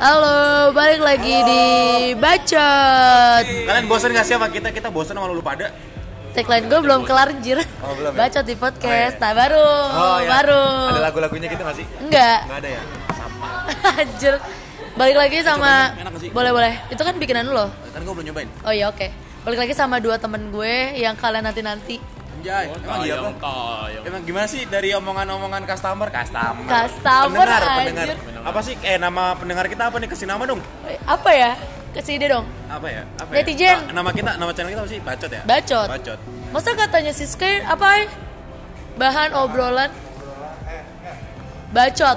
Halo, balik lagi di Bacot. Kalian bosan gak sih sama kita? Kita bosan sama lu pada. Tagline gue belum kelar anjir. Oh, belum ya? Bacot di podcast. Oh, iya. Nah, baru. Iya. Baru. Ada lagu-lagunya gitu gak sih? Enggak. Enggak ada ya? Sampah. Anjir. Balik lagi sama enak gak sih? boleh. Itu kan bikinan lo. Kan gue belum nyobain. Oh iya, oke. Balik lagi sama dua temen gue yang kalian nanti. Anjay, emang iya apa? Emang gimana sih dari omongan-omongan customer? Pendengar, pendengar. anjir. Apa sih nama pendengar kita apa nih? Kasih nama dong. Apa ya? Kasih ide dong. Apa ya? Netizen. Nama channel kita apa sih? Bacot ya? Bacot. Masa katanya si Sky apa? Bahan obrolan bacot.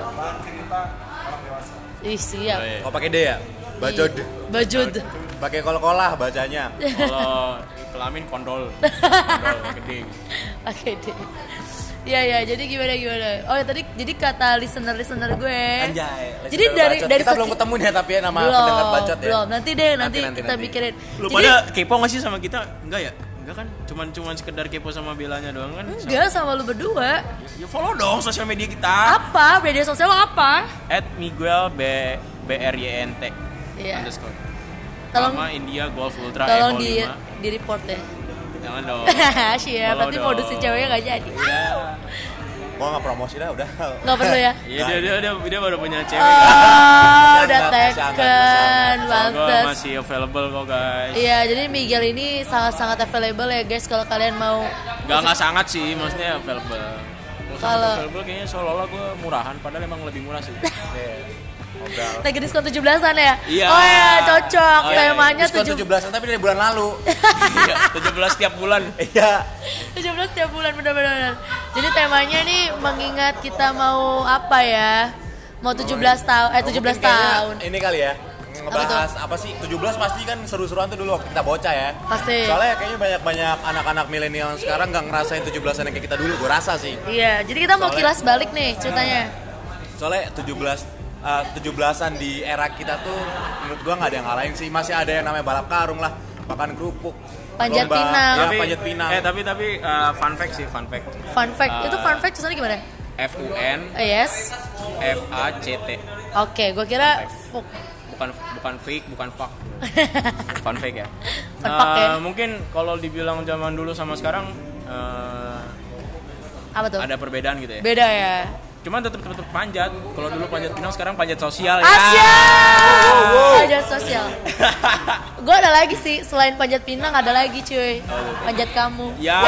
Ih, siap. Oh, pakai D ya? Bacot. Bajud. Pakai kol-kolah bacanya. Kalau kelamin kondol gede. Pakai D. Iya, jadi gimana? Oh ya tadi jadi kata listener gue. Anjay. Jadi dari kita belum ketemu nih tapi ya nama belum, pendengar bacot ya. Belum, nanti kita mikirin. Lu Jadi, pada kepo nggak sih sama kita? Enggak ya? Enggak kan? Cuman sekedar kepo sama Belanya doang kan? enggak sama lu berdua. Ya follow dong sosial media kita. Apa? Media sosial lo apa? @miguel BRYNT Iya. _ Tolong sama India Golf Ultra tolong Evo 5. di report ya. Jangan dong. Siap, Follow nanti dong. modusin ceweknya gak jadi. Iya. Gua enggak promosi dah udah. Nggak perlu ya? Iya dia baru punya cewek. Oh, Masih udah angkat, taken, Gue pantes. masih available kok guys. Iya, jadi Miguel ini sangat-sangat available ya guys kalau kalian mau. Nggak sangat sih, maksudnya available. Kalau- Available kayaknya seolah-olah gue murahan, padahal emang lebih murah sih. Ngobrol. Lagi diskon 17-an ya? Iya. Oh ya, cocok. Oh, iya. Temanya Diskon 17 tapi dari bulan lalu. Iya, 17 tiap bulan. Iya. 17 tiap bulan benar-benar. Jadi temanya nih mengingat kita mau apa ya? Mau 17 tahun, 17 Mungkin kayaknya tahun. Ini kali ya. Ngebahas apa sih? 17 pasti kan seru-seruan tuh dulu waktu kita bocah ya. Pasti. Soalnya kayaknya banyak anak-anak milenial sekarang nggak ngerasain 17-an kayak kita dulu, gue rasa sih. Iya, jadi kita mau kilas balik nih ceritanya. Soalnya 17-an di era kita tuh menurut gua nggak ada yang ngalahin sih. Masih ada yang namanya balap karung lah, makan kerupuk, Panjat lomba, pinang. ya, panjat pinang. Tapi fun fact sih, fun fact. Fun fact, itu fun fact tulisannya gimana? FUN Yes. FACT. Oke, gue kira fuck. Bukan fake, bukan fuck. Fun fact ya. Fun fact ya. Mungkin kalau dibilang zaman dulu sama sekarang Apa tuh? ada perbedaan gitu ya. Beda ya. Cuman tetap panjat. Kalau dulu panjat pinang, sekarang panjat sosial ya. Asia. Panjat sosial. Gue ada lagi sih selain panjat pinang ada lagi cuy. Panjat kamu. Ya.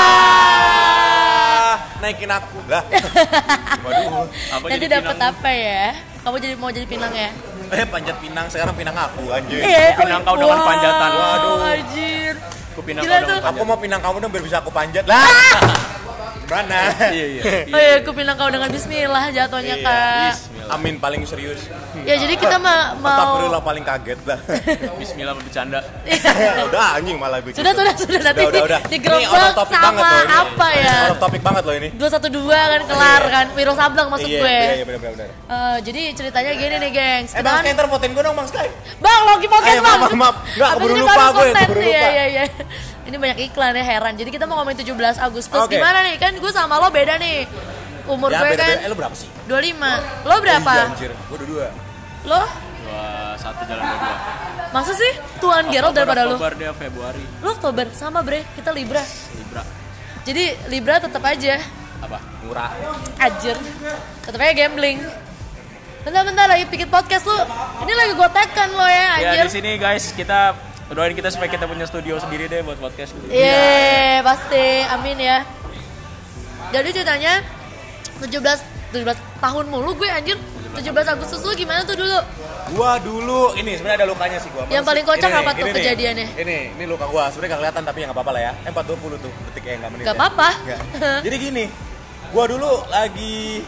Naikin aku lah. Waduh. Apa Nanti jadi dapat pinang? apa ya? Kamu mau jadi pinang ya? Panjat pinang sekarang pinang aku anjir. Pinang kau dengan panjatan. Waduh. Anjir. Aku pinang Gila kau dengan tuh. Aku mau pinang kamu dong biar bisa aku panjat lah. Gimana? Iya. Oh iya, aku pinang kau dengan bismillah jatuhnya Iya, kak. Bismillah. Amin paling serius. Ya jadi kita mau. Astagfirullah paling kaget lah. Bismillah bercanda. Udah anjing malah gue. Sudah nanti Udah. Ini digerebek out of topic banget sama loh ini. apa ya? Out of topic banget loh ini. 212 kan kelar kan, Wiro Sableng maksud gue. Iya benar. Jadi ceritanya gini nih gengs. Kita Bang kan, Sky, ntar votein gue dong Bang Sky. Bang lagi podcast Ayo, bang. maaf. Nggak, Habis keburu ini lupa baru gue, konten. keburu lupa. Iya. Ini banyak iklan ya, heran. Jadi kita mau ngomongin 17 Agustus. Oke. Gimana nih? Kan gue sama lo beda nih. Umur Ya gue beda-beda. kan Lo berapa sih? 25. Lo berapa? Iya, anjir, gue udah 2. Lo? 21 jalan 22. Masa sih? Tuan Gerald daripada lo. Oktober dia Februari. Lo Oktober sama bre, kita Libra. Libra. Jadi Libra tetap aja. Apa? Murah. Anjir. Tetap aja gambling. Bentar lagi bikin podcast lu. Ini lagi gue tekan lo ya Ya anjir. di sini guys, kita doain kita supaya kita punya studio sendiri deh buat podcast. Iya, pasti. Amin ya. Jadi ceritanya 17 tahun mulu gue anjir. 17 Agustus lu gimana tuh dulu? Gua dulu ini sebenarnya ada lukanya sih gua. Yang paling kocak Ini apa nih, tuh ini nih. kejadiannya? Ini luka gua. Sebenarnya gak kelihatan tapi ya enggak apa-apa lah ya. 4:20 tuh detik enggak menit. Gak ya. apa-apa. Nggak. Jadi gini, gua dulu lagi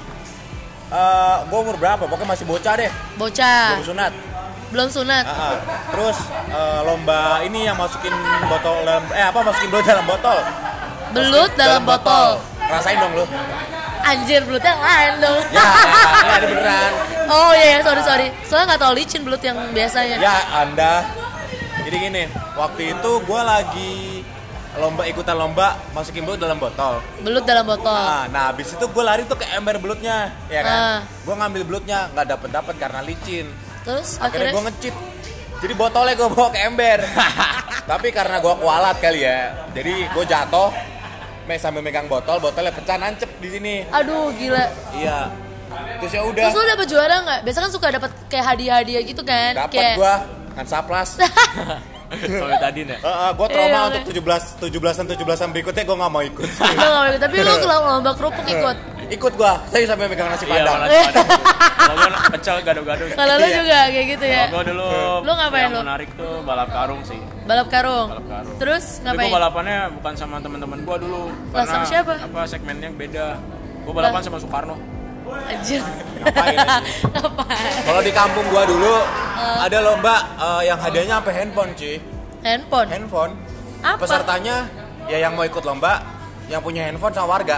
gua umur berapa? Pokoknya masih bocah deh. Bocah. Belum sunat. Belum sunat. Terus lomba ini yang masukin botol dalam masukin belut dalam botol. Belut dalam botol. Rasain dong lu. Anjir, belutnya lain dong. Ya, ini ada beneran. Oh iya, sorry. Soalnya gak tau licin belut yang biasanya. Ya, Anda. Jadi gini, waktu itu gue lagi ikutan lomba masukin belut dalam botol. Belut dalam botol. Nah, habis itu gue lari tuh ke ember belutnya, ya kan? Ah. Gue ngambil belutnya, nggak dapet karena licin. Terus Akhirnya akhirnya gue nge-cheat. Jadi botolnya gue bawa ke ember. Tapi karena gue kualat kali ya, jadi gue jatuh sambil megang botolnya pecah nancep di sini. aduh gila. Iya. Terus ya udah. Terus lu dapet juara nggak? Biasa kan suka dapat kayak hadiah-hadiah gitu kan? Dapat Kayak gue Hansaplas. Kalau tadi nih. Gue trauma Iya, untuk 17-an berikutnya gue gak mau ikut. Lu nggak mau ikut, tapi lu ke lomba kerupuk ikut. Ikut gue, saya sampai megang nasi Iya, padang. malah padang. Kalau gue pecel gado-gado. Kalau lu Iya. juga kayak gitu ya? Gue dulu Lu ngapain yang lu? menarik tuh balap karung sih. Balap karung. Balap karung. Terus Tapi ngapain? gue balapannya bukan sama teman-teman gue dulu. Lah, sama siapa? Apa segmennya beda. Gue balapan sama Soekarno. Anjir. Ngapain aja? Ngapain? Kalau di kampung gue dulu ada lomba yang hadiahnya sampai handphone cuy. Handphone. Apa? Pesertanya ya yang mau ikut lomba yang punya handphone sama warga.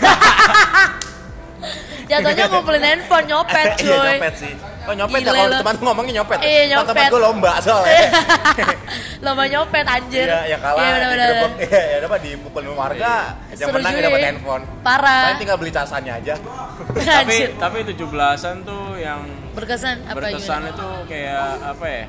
Jatuhnya ngumpulin handphone nyopet cuy. Iya nyopet sih. Oh nyopet ya Gile kalau lu. teman ngomongnya nyopet. Iya, nyopet. Tempat gue lomba soalnya. Lomba nyopet anjir. Iya yang kalah Iya benar-benar. digerebek. Iya ya dapat dipukulin warga. Yang Seru menang juga dapat ya. handphone. Parah. Saya tinggal beli casannya aja. Anjir. Tapi 17-an tuh yang Berkesan apa berkesan gimana? itu kayak apa ya?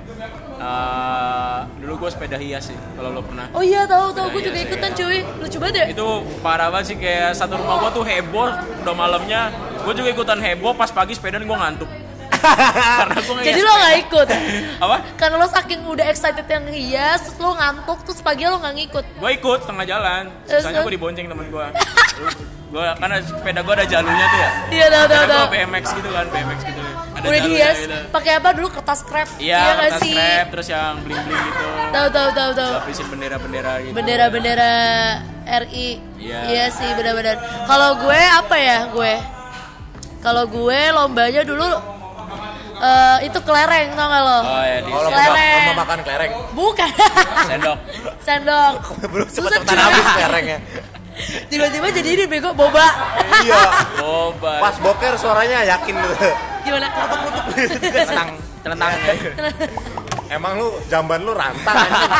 Dulu gue sepeda hias sih kalau lo pernah. Oh iya tahu gue juga ikutan cuy. Lucu banget ya? Itu parah banget sih, kayak satu rumah gue tuh heboh udah malamnya. Gue juga ikutan heboh, pas pagi sepedaan gue ngantuk. Karena gue Jadi lo nggak ikut? Apa? Karena lo saking udah excited yang hias, terus lo ngantuk, terus pagi lo nggak ngikut. Gue ikut setengah jalan, Terus, sisanya gue dibonceng temen gue. Gue karena sepeda gue ada jalurnya tuh ya. Iya tahu. Sepeda gue BMX gitu kan, BMX gitu. Ada Udah jalurnya dihias, gitu. pakai apa dulu kertas krep? Iya, nggak kertas sih? krep, terus yang bling-bling gitu. Tahu. Lapisin bendera-bendera gitu. Bendera-bendera RI. Iya. Iya sih benar-benar. Kalau gue apa ya gue? Kalau gue lombanya dulu itu kelereng tau gak lo? Oh ya, di Kalau Kelereng. mau makan kelereng. Bukan. sendok. Sendok. Belum Susah, cepet-cepetan cuy. habis kelerengnya. Tiba-tiba jadi ini bego boba. Iya. Boba. Pas boker suaranya yakin lu. Gimana? Telentang ya. Emang lu jamban lu rantang anjing.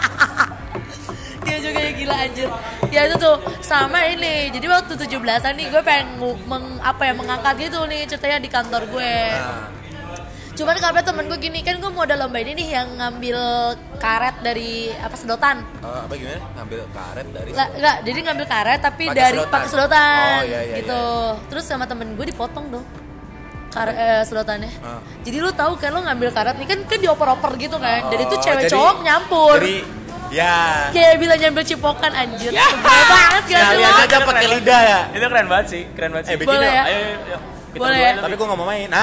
Dia juga yang gila anjir. Ya itu tuh sama ini. Jadi waktu 17-an nih gue pengen mengangkat gitu nih ceritanya di kantor gue. Cuman karena temen gue gini kan gue mau ada lomba ini nih yang ngambil karet dari sedotan. Apa gimana? Ngambil karet dari Enggak, jadi ngambil karet tapi Pakai dari sedotan. pakai sedotan Oh, iya, gitu. Terus sama temen gue dipotong dong. Sedotannya. Ah. Jadi lu tahu kan lu ngambil karet nih kan dioper-oper gitu kan. Dan itu Oh, cewek jadi- cowok nyampur. Jadi ya Kayak bisa nyambil cipokan anjir. Keren banget gak sih sekalian lo? aja pakai lidah ya. Itu keren banget sih, keren banget sih. bikin Boleh yuk. ya? Ayo. Kita Boleh berdua ya? tapi- Tapi gue gak mau main.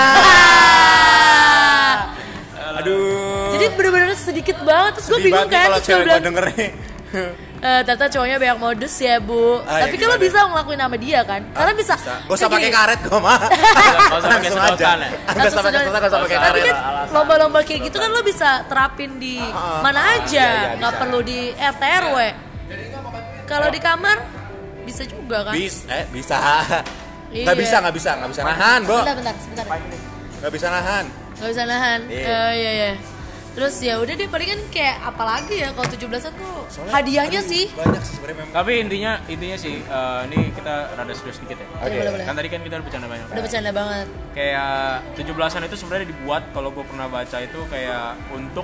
Aduh. Jadi bener-bener sedikit banget. Terus gue Sedih bingung banget nih kan. kalau Terus gue cewek gue bilang, denger nih. ternyata cowoknya banyak modus ya bu. Ah, Tapi ya, kan lo gimana? bisa ngelakuin sama dia kan. Karena bisa. Gak usah Kayak pakai gini. karet gue mah. Nggak usah pakai Langsung aja. sedotan ya? Gak usah pakai sedotan, gak usah pakai Tapi karet. kan lomba-lomba kayak gitu kan lo bisa terapin di mana aja, iya, nggak bisa. perlu di RT RW. Kalau di kamar bisa juga kan? Bisa. Iya. Gak bisa nahan, Bo. Bentar. Gak bisa nahan. Gak bisa nahan. Iya. Iya. Terus ya udah deh palingan kayak apalagi ya kalau 17-an tuh Soalnya, hadiahnya aduh, sih. banyak sih sebenarnya memang. Tapi intinya sih ini kita rada serius dikit ya. Oke. Boleh. Kan tadi kan kita udah bercanda banyak. Udah bercanda banget. Kayak 17-an itu sebenarnya dibuat, kalau gue pernah baca itu kayak untuk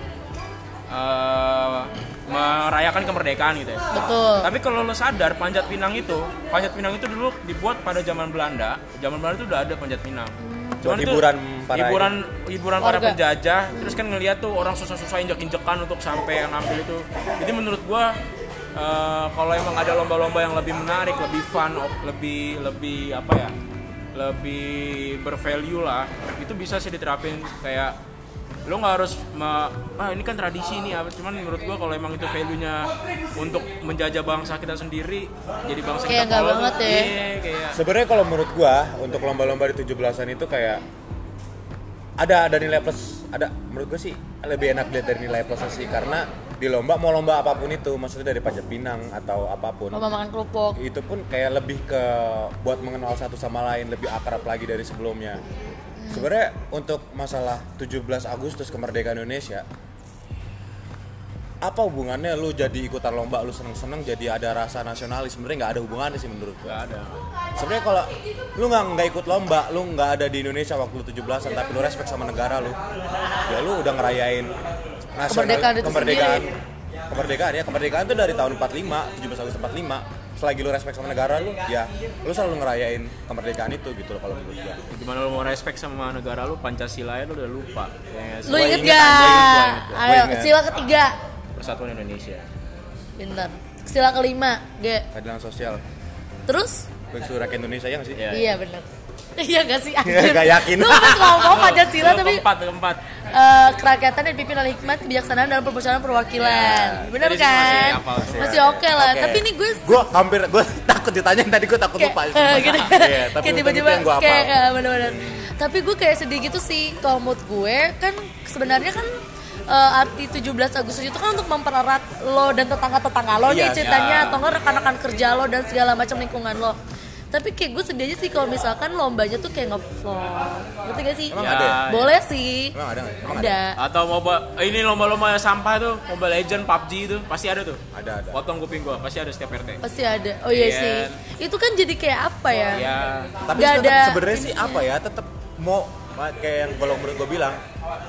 merayakan kemerdekaan gitu ya. Betul. Tapi kalau lo sadar Panjat Pinang itu dulu dibuat pada zaman Belanda. Zaman Belanda itu udah ada Panjat Pinang. Buat itu hiburan para Warga. penjajah. Terus kan ngeliat tuh orang susah-susah injek-injekan untuk sampai yang ngambil itu. Jadi menurut gua kalau emang ada lomba-lomba yang lebih menarik, lebih fun, lebih apa ya? Lebih bervalue lah. Itu bisa sih diterapin kayak lo nggak harus ini kan tradisi nih apa, cuman menurut gua kalau emang itu value-nya untuk menjajah bangsa kita sendiri, jadi bangsa Kayak kita nggak polos, banget ya. iya, kayak Sebenarnya kalau menurut gua untuk lomba-lomba di 17-an itu kayak ada nilai plus, menurut gua sih lebih enak dilihat dari nilai plusnya sih, karena di lomba mau lomba apapun itu, maksudnya dari Panjat Pinang atau apapun. Lomba makan kerupuk. Itu pun kayak lebih ke buat mengenal satu sama lain, lebih akrab lagi dari sebelumnya. Sebenarnya untuk masalah 17 Agustus kemerdekaan Indonesia apa hubungannya lu jadi ikutan lomba lu seneng-seneng jadi ada rasa nasionalis? Sebenarnya nggak ada hubungannya sih menurut gua. Nggak ada. Sebenarnya kalau lu nggak ikut lomba, lu nggak ada di Indonesia waktu lu 17-an tapi lu respect sama negara lu, ya lu udah ngerayain kemerdekaan itu dari tahun 45, 17 Agustus 45. Selagi lu respect sama negara lu, ya lu selalu ngerayain kemerdekaan itu gitu loh kalau menurut gua. Gimana lu mau respect sama negara lu, Pancasila lu udah lupa. Ya, Lu inget inget, gak? Ayo, Gua inget. sila ketiga. Persatuan Indonesia. Bener. Sila kelima, G. Keadilan sosial Terus? bagi seluruh rakyat Indonesia ya nggak sih? Iya. Iya bener. Iya gak sih? Anjir. Gak yakin. Lu kan ngomong Pancasila tapi keempat. kerakyatan dan dipimpin oleh hikmat, kebijaksanaan dalam permusyawaratan perwakilan. Ya, Bener dari sini kan? masih hafal sih. Masih oke lah. Oke. Tapi ini gue Gue takut ditanyain tadi, gue takut lupa. gitu. Iya, tapi Kayak tiba-tiba yang gue kayak hafal. bener-bener. Tapi gue kayak sedih gitu sih. Kalau mood gue kan sebenarnya kan arti 17 Agustus itu kan untuk mempererat lo dan tetangga-tetangga lo nih Iya, ceritanya, ya. atau enggak rekan-rekan kerja lo dan segala macam lingkungan lo. Tapi kayak gue sedih aja sih kalau misalkan lombanya tuh kayak nge-vlog. Ngerti gak sih? Emang Ya, ada ya? Boleh sih. Emang ada nggak? Emang Ada. Atau ini lomba-lomba sampah tuh, Mobile Legend, PUBG itu pasti ada tuh. Ada. Potong kuping gua, pasti ada setiap RT. Pasti ada. Oh iya Iya. sih. Itu kan jadi kayak apa ya? Ya, Tapi Nggak tetap ada sebenarnya sih ininya. apa ya? Tetap mau kayak yang kalau menurut gue bilang,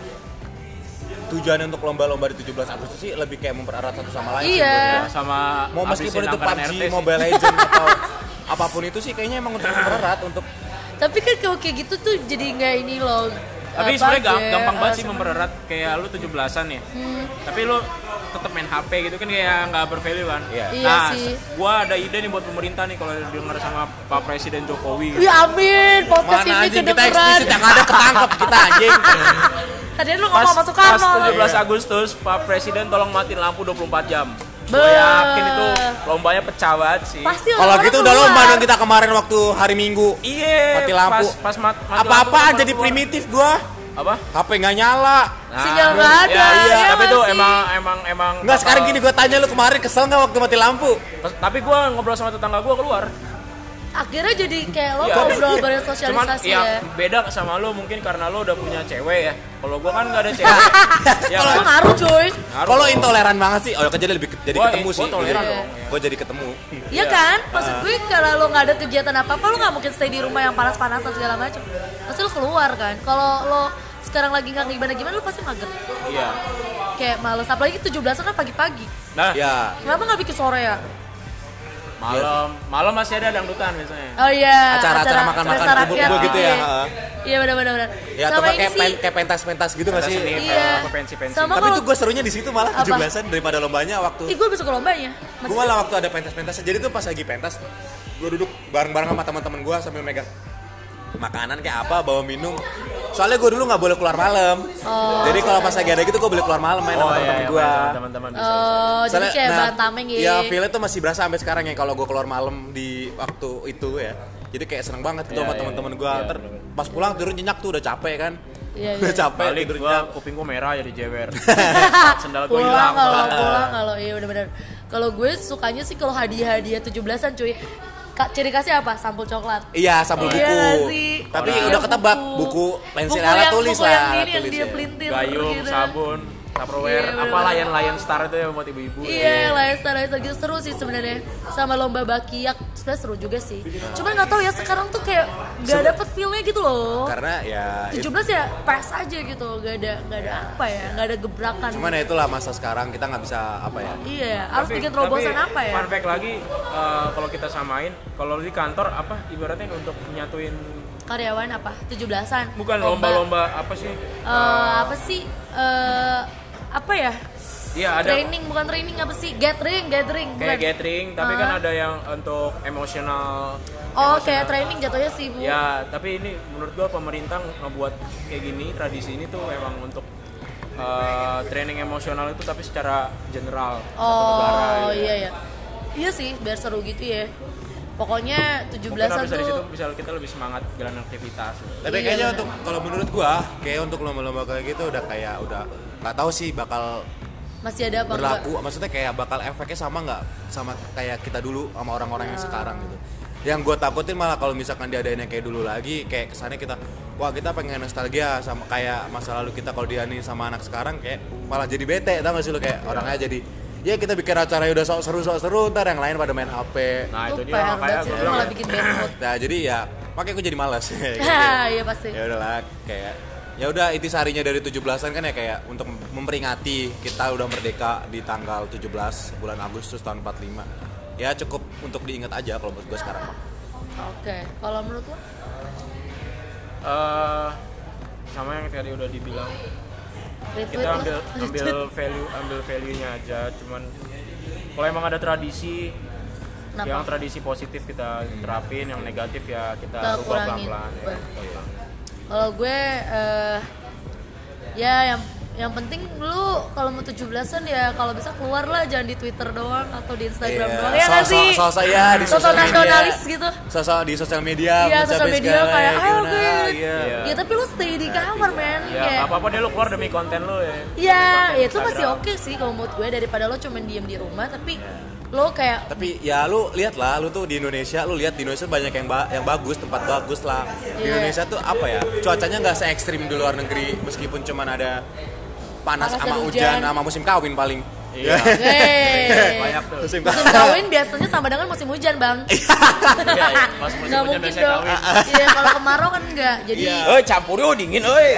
tujuannya untuk lomba-lomba di 17 Agustus sih lebih kayak mempererat satu sama lain sih Iya. menurut gua. sama Mau meskipun habisin itu anggaran PUBG, RT sih. Mobile Legend atau apapun itu sih kayaknya emang untuk mempererat untuk Tapi kan kalau kayak gitu tuh jadi nggak ini loh. Tapi apa, sebenarnya kayak, gampang banget sih sama- mempererat, kayak lu 17-an ya. Tapi lu tetap main HP gitu kan kayak nggak bervalue kan. Iya. Iya Nah, sih. gua ada ide nih buat pemerintah nih kalau denger sama Pak Presiden Jokowi. Ya amin, podcast mana ini anjing kita kedengeran. eksplisit yang ada ketangkep kita anjing. Tadi lu ngomong sama Soekarno. pas 17 Agustus, Pak Presiden tolong matiin lampu 24 jam. Gue Be- yakin itu lombanya pecah banget sih. Pasti Kalau orang-orang gitu udah keluar. lomba dong kita kemarin waktu hari Minggu. Iya. Mati lampu. Pas mati Apa-apaan lampu, jadi keluar. primitif gua. Apa? HP nggak nyala. Nah, Sinyal nggak ada, Ya, iya, ya tapi nggak tuh sih? emang Enggak, bakal- sekarang gini gua tanya lu kemarin kesel nggak waktu mati lampu? Tapi gue ngobrol sama tetangga gue keluar. Akhirnya jadi kayak lo Iya. ngobrol Cuman bersosialisasi ya ya. beda sama lo mungkin karena lo udah punya cewek ya. Kalau gue kan nggak ada cewek. Ya Kalau kan? ngaruh cuy. Ngaruh Kalau dong. intoleran banget sih, oh ya jadi lebih jadi Gua- ketemu gua sih. toleran Iya. dong. Gue jadi ketemu. Iya kan? Maksud gue kalau lo nggak ada kegiatan apa-apa lo nggak mungkin stay di rumah yang panas-panasan segala macam. Pasti lo keluar kan. Kalau lo sekarang lagi nggak gimana-gimana lo pasti mager. Iya. Kayak males. Apalagi 17-an kan pagi-pagi. Nah, Ya, Kenapa nggak bikin sore ya? malam masih ada dangdutan biasanya. Oh iya. Acara-acara makan-makan pesta kumpul-kumpul rakyat gitu ya, iya. heeh. Iya benar-benar. ya atau Sama nggak ini kayak, sih. kayak pentas-pentas gitu nggak Ada sih? seni Iya. apa pensi-pensi. Sama Tapi kalau- itu gue serunya di situ malah Apa? 17-an daripada lombanya waktu. Ih gue besok ke lombanya. Gue malah waktu ada pentas-pentasnya. Jadi tuh pas lagi pentas, gue duduk bareng-bareng sama teman-teman gue sambil megang makanan kayak apa, bawa minum. Soalnya gue dulu nggak boleh keluar malam. Jadi kalau pas lagi ada gitu gue boleh keluar malam main sama teman-teman gue. teman-teman bisa. Oh, jadi kayak bahan tameng gitu. Ya feel-nya tuh masih berasa sampai sekarang ya kalau gue keluar malam di waktu itu ya. Jadi kayak seneng banget gitu Iya, sama iya, teman-teman iya. gue. Iya, Ntar bener-bener. pas pulang tidur nyenyak tuh udah capek kan. Iya, Udah iya. capek Balik tidur gua nyenyak. kuping gua merah jadi jewer. Sendal gua Pulang hilang. kalau iya benar-benar. Kalau gue sukanya sih kalau hadiah-hadiah 17-an cuy. Ciri khasnya apa? Sampul coklat. Iya, sampul Iya buku. nggak sih? Tapi Iya, udah ketebak buku pensil alat tulis buku lah, yang alat ini yang tulis dia ya. pelintir Gayung, gitu. sabun, Tupperware, Iya, apa bener-bener. layan star itu yang buat ibu-ibu. Iya, lifestyle gitu seru sih sebenarnya. Sama lomba bakiak sebenarnya seru juga sih. Cuma nggak tahu ya sekarang tuh kayak nggak dapet feel-nya gitu loh. Karena ya 17 ya pas aja gitu, nggak ada apa ya, nggak ada gebrakan. cuman ya itulah masa sekarang kita nggak bisa apa ya. Iya, harus bikin terobosan apa ya? Fun fact lagi, kalau kita samain, kalau di kantor apa ibaratnya untuk menyatuin Karyawan apa? 17-an. bukan lomba-lomba apa sih? Apa sih? Apa ya? Iya ada Training bukan training apa sih? Gathering kayak bukan. gathering, tapi kan ada yang untuk emosional. Oh, kayak training jatuhnya sih, Bu. Ya, tapi ini menurut gua pemerintah ngebuat kayak gini, tradisi ini tuh emang untuk training emosional itu tapi secara general satu negara. Oh, gitu. iya ya. Iya sih, biar seru gitu ya. Pokoknya Mungkin 17-an habis dari situ tuh bisa kita lebih semangat jalan aktivitas. Tapi Iya, kayaknya bener. untuk kalau menurut gua, kayak untuk lomba-lomba kayak gitu udah nggak tahu sih bakal masih ada apa berlaku. Maksudnya kayak bakal efeknya sama nggak sama kayak kita dulu sama orang-orang yang sekarang gitu. Yang gue takutin malah kalau misalkan diadain yang kayak dulu lagi, kayak kesannya kita pengen nostalgia sama kayak masa lalu kita, kalau diadain sama anak sekarang kayak malah jadi bete, tau gak sih lu, kayak orangnya jadi ya kita bikin acara udah sok seru, ntar yang lain pada main HP. Nah itu dia PR makanya banget sih, gue itu bilang malah bikin bad mood. Nah jadi ya makanya gue jadi malas. Iya pasti. Ya udahlah, kayak ya udah intisarinya dari 17-an kan ya kayak untuk memperingati kita udah merdeka di tanggal 17 bulan Agustus tahun 45. Ya cukup untuk diingat aja kalau menurut gue sekarang mah. Oke, kalau menurut lo? Sama yang tadi udah dibilang, Retweet kita lah. ambil value-nya aja. Cuman kalau emang ada tradisi, Kenapa? yang tradisi positif kita terapin, yang negatif ya kita Kita rubah kurangin. pelan-pelan ya. Iya. Kalau gue ya yang penting lu kalau mau 17-an ya kalau bisa keluar lah, jangan di Twitter doang atau di Instagram doang. Ya nggak sih? Sosok ya di Sosok sosial media. nasionalis gitu. Sosok di sosial media. Iya, mencapai sosial media segala, kayak gimana, gue. iya. Ya tapi lu stay di kamar, men. Ya Kayak, nggak apa-apa deh lu keluar demi konten lu ya. iya, Konten itu masih Instagram. oke sih kalau menurut gue, daripada lo cuman diem di rumah tapi lo kayak Tapi ya lu lihat lah, lu tuh di Indonesia, lu lihat di Indonesia banyak yang bagus, tempat bagus lah. Di Iya. Indonesia tuh apa ya? Cuacanya nggak se ekstrim di luar negeri, meskipun cuman ada panas Panas sama dan hujan hujan. sama musim kawin paling. Iya. Hey. Banyak tuh. Musim Musim kawin biasanya sama dengan musim hujan, Bang. Iya, iya. Pas musim Nggak hujan mungkin biasanya dong. kawin. Iya, kalau kemarau kan enggak. Jadi Oi, campur yo dingin euy.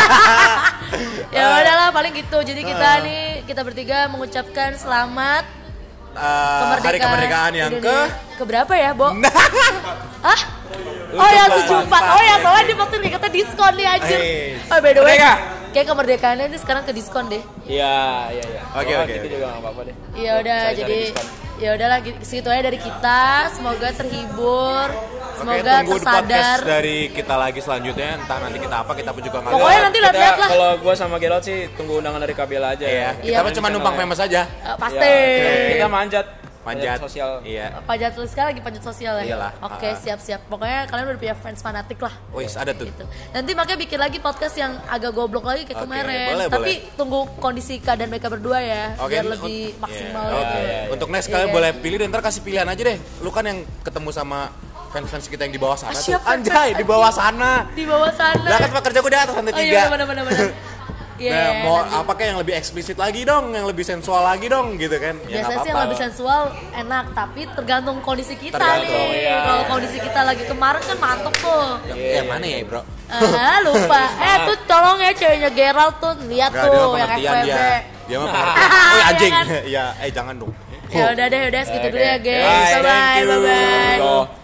ya udahlah paling gitu. Jadi kita bertiga mengucapkan selamat Hari kemerdekaan yang ke berapa ya, Bo? Hah? Oh ya 74. Oh ya, soalnya di posting kayak kata diskon nih anjir. Hey. Oh by the way, Merdeka. kayak kemerdekaannya ini sekarang ke diskon deh. Iya. Oke, Oh, oke. Itu juga enggak apa-apa deh. Ya udah, Saya cari jadi diskon. ya udahlah segitu aja dari kita. Semoga terhibur, semoga tunggu di podcast tersadar. dari kita lagi selanjutnya, entah nanti kita apa, kita pun juga nggak Pokoknya tahu. nanti lihat-lihat lah. Kalau gua sama Gerald sih tunggu undangan dari Kabela aja. Iya, Iya. kita mah cuma numpang famous aja. Pasti. Ya, kita manjat sosial. Iya. Panjat lu sekali lagi panjat sosial ya. Iyalah. Oke, siap-siap. Pokoknya kalian udah punya fans fanatik lah. Wis, ada tuh. Gitu. Nanti makanya bikin lagi podcast yang agak goblok lagi kayak Oke, kemarin. boleh, Tapi tunggu kondisi keadaan mereka berdua ya, Oke, biar lebih maksimal. Iya, oke. gitu. Untuk next Iya, kalian iya. boleh pilih deh, ntar kasih pilihan aja deh. Lu kan yang ketemu sama fans-fans kita yang di bawah sana tuh. Siap, fans-fans Anjay, di bawah sana. Di bawah sana. Lah kan pekerja gue di atas lantai Oh iya, 3. benar-benar. Nah, mau apakah yang lebih eksplisit lagi dong, yang lebih sensual lagi dong gitu kan. Ya, Biasanya nggak sih yang apa-apa. lebih sensual enak, tapi tergantung kondisi kita Tergantung, nih. iya. Kalau kondisi kita lagi kemarin kan mantep tuh. Yang mana ya, Bro? Lupa. Tuh tolong ya ceweknya Gerald tuh, lihat Nggak, dia tuh mah yang pengertian FWB. dia. Dia mah pengertian. Oh, anjing. Iya kan? Ya, jangan dong. Ya udah deh, segitu dulu ya, Oke. guys. Bye, thank Bye you. bye. Go.